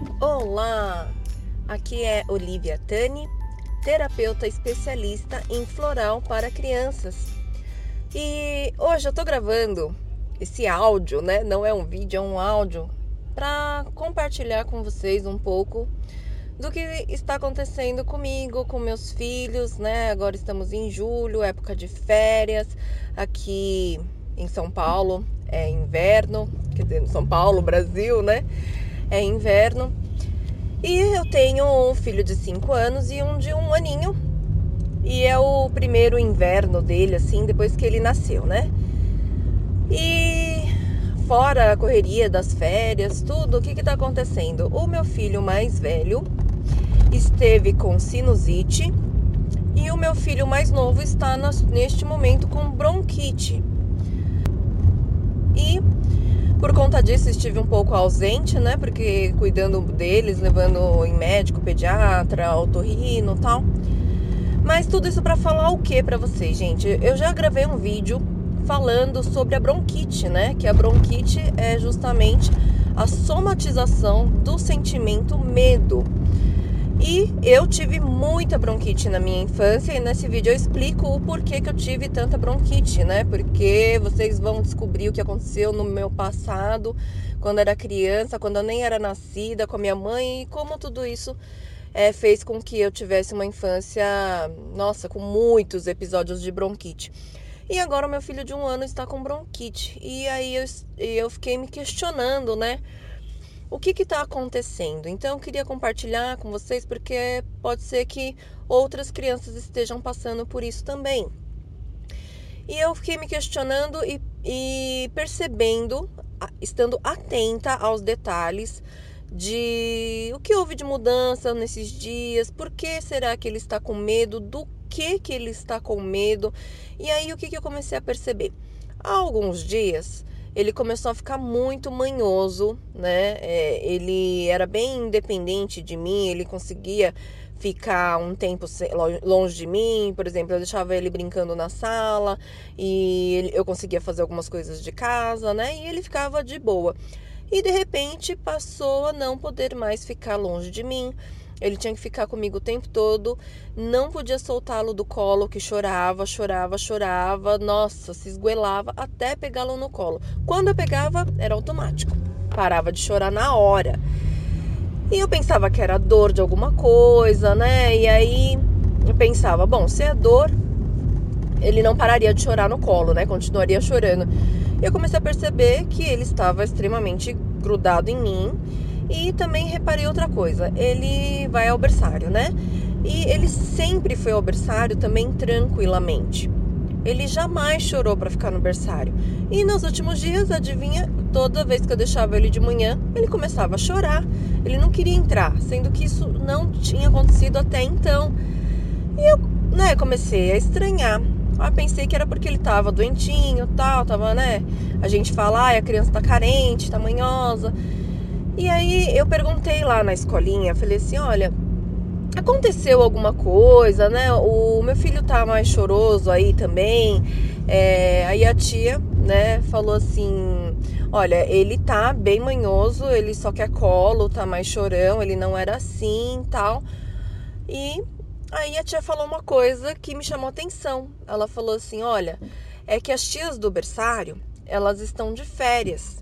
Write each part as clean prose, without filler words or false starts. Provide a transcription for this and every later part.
Olá, aqui é Olivia Tani, terapeuta especialista em floral para crianças. E hoje eu tô gravando esse áudio, né? Não é um vídeo, é um áudio, para compartilhar com vocês um pouco do que está acontecendo comigo, com meus filhos, né? Agora estamos em julho, época de férias, aqui em São Paulo é inverno, quer dizer, em São Paulo, Brasil, né? É inverno. E eu tenho um filho de 5 anos e um de 1 aninho. E é o primeiro inverno dele, assim, depois que ele nasceu, né? E fora a correria das férias, tudo, o que tá acontecendo? O meu filho mais velho esteve com sinusite e o meu filho mais novo está neste momento com bronquite. E por conta disso estive um pouco ausente, né? Porque cuidando deles, levando em médico, pediatra, otorrino e tal. Mas tudo isso para falar o que para vocês, gente? Eu já gravei um vídeo falando sobre a bronquite, né? Que a bronquite é justamente a somatização do sentimento medo. E eu tive muita bronquite na minha infância e nesse vídeo eu explico o porquê que eu tive tanta bronquite, né? Porque vocês vão descobrir o que aconteceu no meu passado, quando era criança, quando eu nem era nascida, com a minha mãe, e como tudo isso fez com que eu tivesse uma infância, nossa, com muitos episódios de bronquite. E agora o meu filho de 1 ano está com bronquite. E aí eu fiquei me questionando, né? O que está acontecendo? Então eu queria compartilhar com vocês porque pode ser que outras crianças estejam passando por isso também. E eu fiquei me questionando e percebendo, estando atenta aos detalhes de o que houve de mudança nesses dias, por que será que ele está com medo, do que ele está com medo. E aí o que eu comecei a perceber? Há alguns dias ele começou a ficar muito manhoso, né? Ele era bem independente de mim, ele conseguia ficar um tempo longe de mim. Por exemplo, eu deixava ele brincando na sala e eu conseguia fazer algumas coisas de casa, né? E ele ficava de boa. E de repente passou a não poder mais ficar longe de mim. Ele tinha que ficar comigo o tempo todo, não podia soltá-lo do colo, que chorava, nossa, se esgoelava até pegá-lo no colo. Quando eu pegava, era automático, parava de chorar na hora. E eu pensava que era dor de alguma coisa, né? E aí eu pensava, bom, se é dor, ele não pararia de chorar no colo, né? Continuaria chorando. Eu comecei a perceber que ele estava extremamente grudado em mim. E também reparei outra coisa, ele vai ao berçário, né? E ele sempre foi ao berçário também tranquilamente. Ele jamais chorou para ficar no berçário. E nos últimos dias, adivinha, toda vez que eu deixava ele de manhã, ele começava a chorar. Ele não queria entrar, sendo que isso não tinha acontecido até então. E eu, né, comecei a estranhar. Pensei que era porque ele tava doentinho, tal, tava, né? A gente fala, a criança tá carente, tá manhosa. E aí eu perguntei lá na escolinha, falei assim, olha, aconteceu alguma coisa, né? O meu filho tá mais choroso aí também. Aí a tia, né, falou assim, olha, ele tá bem manhoso, ele só quer colo, tá mais chorão, ele não era assim, tal. E aí a tia falou uma coisa que me chamou a atenção. Ela falou assim, olha, é que as tias do berçário, elas estão de férias.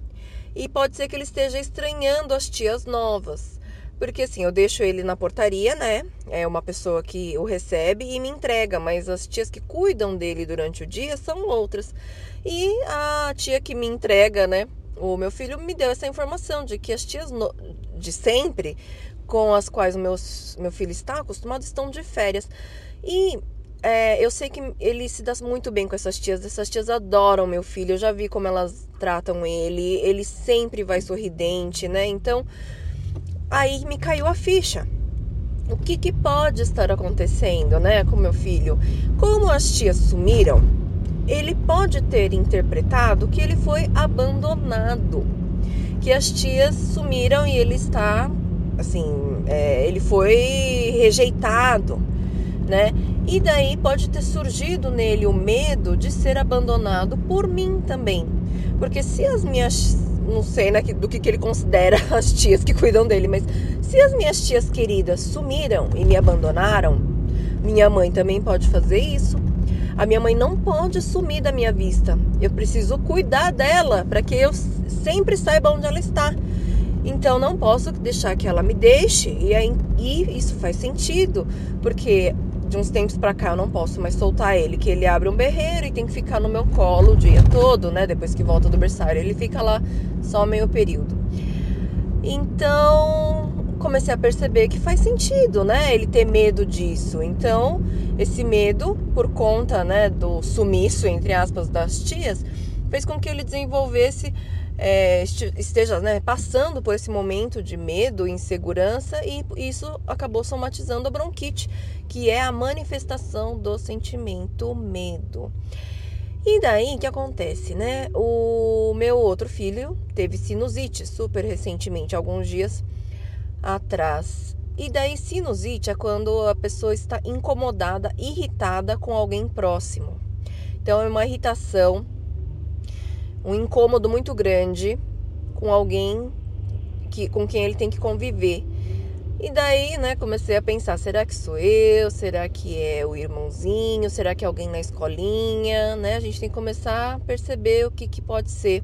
E pode ser que ele esteja estranhando as tias novas. Porque assim, eu deixo ele na portaria, né? É uma pessoa que o recebe e me entrega. Mas as tias que cuidam dele durante o dia são outras. E a tia que me entrega, né? O meu filho me deu essa informação de que as tias de sempre, com as quais o meu filho está acostumado, estão de férias. E eu sei que ele se dá muito bem com essas tias. Essas tias adoram meu filho. Eu já vi como elas tratam ele. Ele sempre vai sorridente, né? Então, aí me caiu a ficha. O que pode estar acontecendo, né, com meu filho? Como as tias sumiram, ele pode ter interpretado que ele foi abandonado. Que as tias sumiram e ele está, assim, ele foi rejeitado, né? E daí pode ter surgido nele o medo de ser abandonado por mim também. Porque se as minhas não sei, né, do que ele considera as tias que cuidam dele, mas se as minhas tias queridas sumiram e me abandonaram, minha mãe também pode fazer isso. A minha mãe não pode sumir da minha vista. Eu preciso cuidar dela para que eu sempre saiba onde ela está. Então não posso deixar que ela me deixe. E isso faz sentido, porque de uns tempos pra cá eu não posso mais soltar ele, que ele abre um berreiro e tem que ficar no meu colo o dia todo, né? Depois que volta do berçário, ele fica lá só meio período. Então comecei a perceber que faz sentido, né? Ele ter medo disso. Então esse medo, por conta, né, do sumiço, entre aspas, das tias, fez com que ele desenvolvesse, esteja, né, passando por esse momento de medo, insegurança, e isso acabou somatizando a bronquite, que é a manifestação do sentimento medo. E daí, o que acontece, né? O meu outro filho teve sinusite super recentemente, alguns dias atrás. E daí, sinusite é quando a pessoa está incomodada, irritada com alguém próximo. Então, é uma irritação, um incômodo muito grande com alguém com quem ele tem que conviver. E daí, né, comecei a pensar, será que sou eu? Será que é o irmãozinho? Será que é alguém na escolinha? Né? A gente tem que começar a perceber o que pode ser.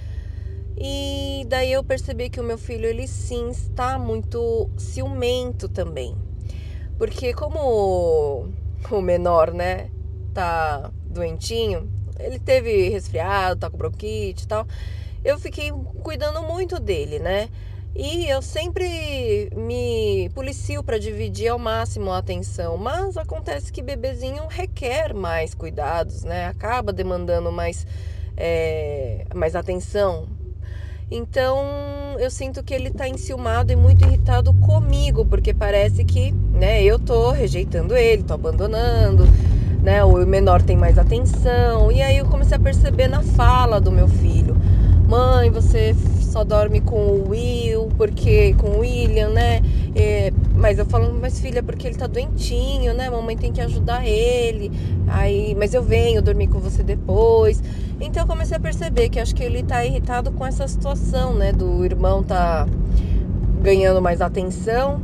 E daí eu percebi que o meu filho, ele sim está muito ciumento também. Porque como o menor, né, tá doentinho, ele teve resfriado, tá com bronquite e tal, eu fiquei cuidando muito dele, né? E eu sempre me policio para dividir ao máximo a atenção, mas acontece que bebezinho requer mais cuidados, né? Acaba demandando mais atenção. Então eu sinto que ele tá enciumado e muito irritado comigo, porque parece que, né, eu tô rejeitando ele, tô abandonando, né? O menor tem mais atenção. E aí eu comecei a perceber na fala do meu filho: mãe, você só dorme com o Will, porque com o William, né? Mas eu falo, mas filha, porque ele tá doentinho, né? Mamãe tem que ajudar ele. Aí, mas eu venho dormir com você depois. Então eu comecei a perceber que acho que ele tá irritado com essa situação, né? Do irmão tá ganhando mais atenção.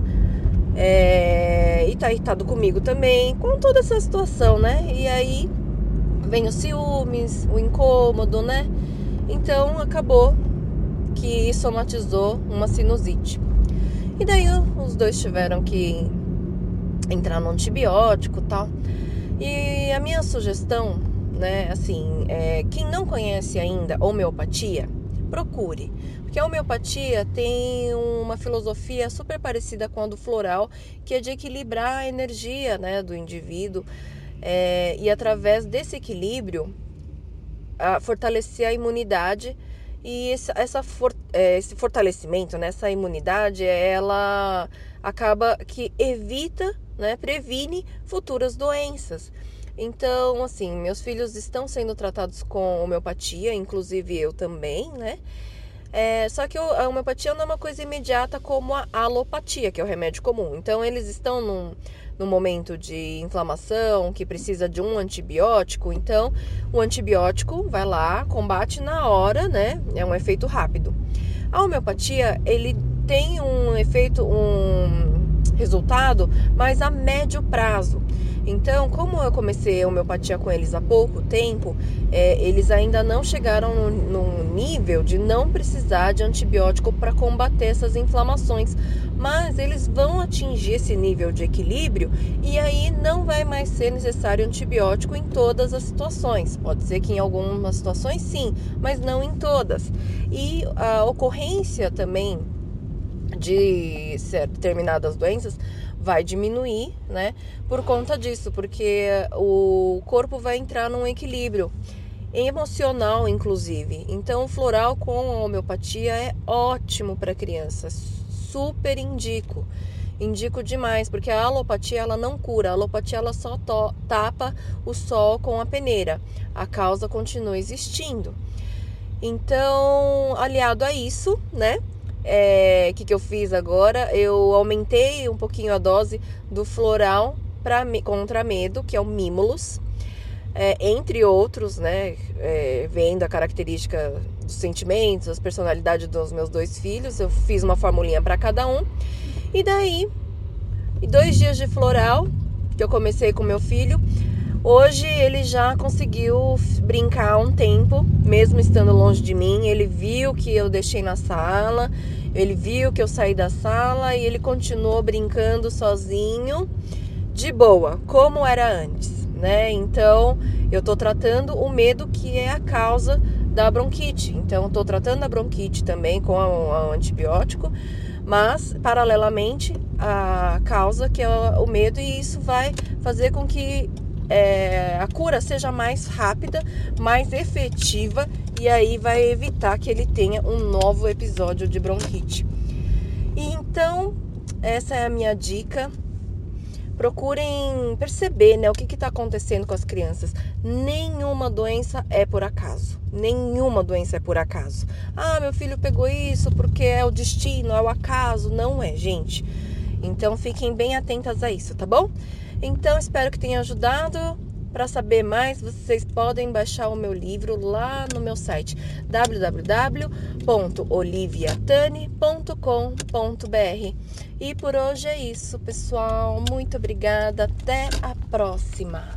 E tá irritado comigo também, com toda essa situação, né? E aí vem os ciúmes, o incômodo, né? Então acabou que somatizou uma sinusite. E daí os dois tiveram que entrar no antibiótico e tal. E a minha sugestão, né, assim, quem não conhece ainda homeopatia, procure. Porque a homeopatia tem uma filosofia super parecida com a do floral, que é de equilibrar a energia, né, do indivíduo. E através desse equilíbrio, fortalecer a imunidade. E esse fortalecimento, né, essa imunidade, ela acaba que evita, né, previne futuras doenças. Então, assim, meus filhos estão sendo tratados com homeopatia, inclusive eu também, né? Só que a homeopatia não é uma coisa imediata como a alopatia, que é o remédio comum. Então, eles estão num momento de inflamação, que precisa de um antibiótico. Então, o antibiótico vai lá, combate na hora, né? É um efeito rápido. A homeopatia, ele tem um efeito, um resultado, mas a médio prazo. Então, como eu comecei a homeopatia com eles há pouco tempo, eles ainda não chegaram no nível de não precisar de antibiótico para combater essas inflamações. Mas eles vão atingir esse nível de equilíbrio e aí não vai mais ser necessário antibiótico em todas as situações. Pode ser que em algumas situações sim, mas não em todas. E a ocorrência também de determinadas doenças vai diminuir, né, por conta disso, porque o corpo vai entrar num equilíbrio emocional, inclusive. Então, o floral com a homeopatia é ótimo para crianças, super indico demais, porque a alopatia ela não cura, a alopatia ela só tapa o sol com a peneira, a causa continua existindo. Então, aliado a isso, né, que eu fiz agora? Eu aumentei um pouquinho a dose do floral contra medo, que é o Mimulus, entre outros, né? Vendo a característica sentimentos, as personalidades dos meus 2 filhos. Eu fiz uma formulinha para cada um. E daí, em 2 dias de floral, que eu comecei com meu filho, hoje ele já conseguiu brincar um tempo, mesmo estando longe de mim. Ele viu que eu deixei na sala, ele viu que eu saí da sala e ele continuou brincando sozinho, de boa, como era antes, né? Então, eu tô tratando o medo que é a causa da bronquite. Então, tô tratando a bronquite também com o antibiótico, mas, paralelamente, a causa que é o medo, e isso vai fazer com que a cura seja mais rápida, mais efetiva, e aí vai evitar que ele tenha um novo episódio de bronquite. E então, essa é a minha dica. Procurem perceber, né, o que está acontecendo com as crianças. Nenhuma doença é por acaso. Nenhuma doença é por acaso. Ah, meu filho pegou isso porque é o destino, é o acaso. Não é, gente. Então, fiquem bem atentas a isso, tá bom? Então, espero que tenha ajudado. Para saber mais, vocês podem baixar o meu livro lá no meu site www.oliviatani.com.br. E por hoje é isso, pessoal. Muito obrigada. Até a próxima.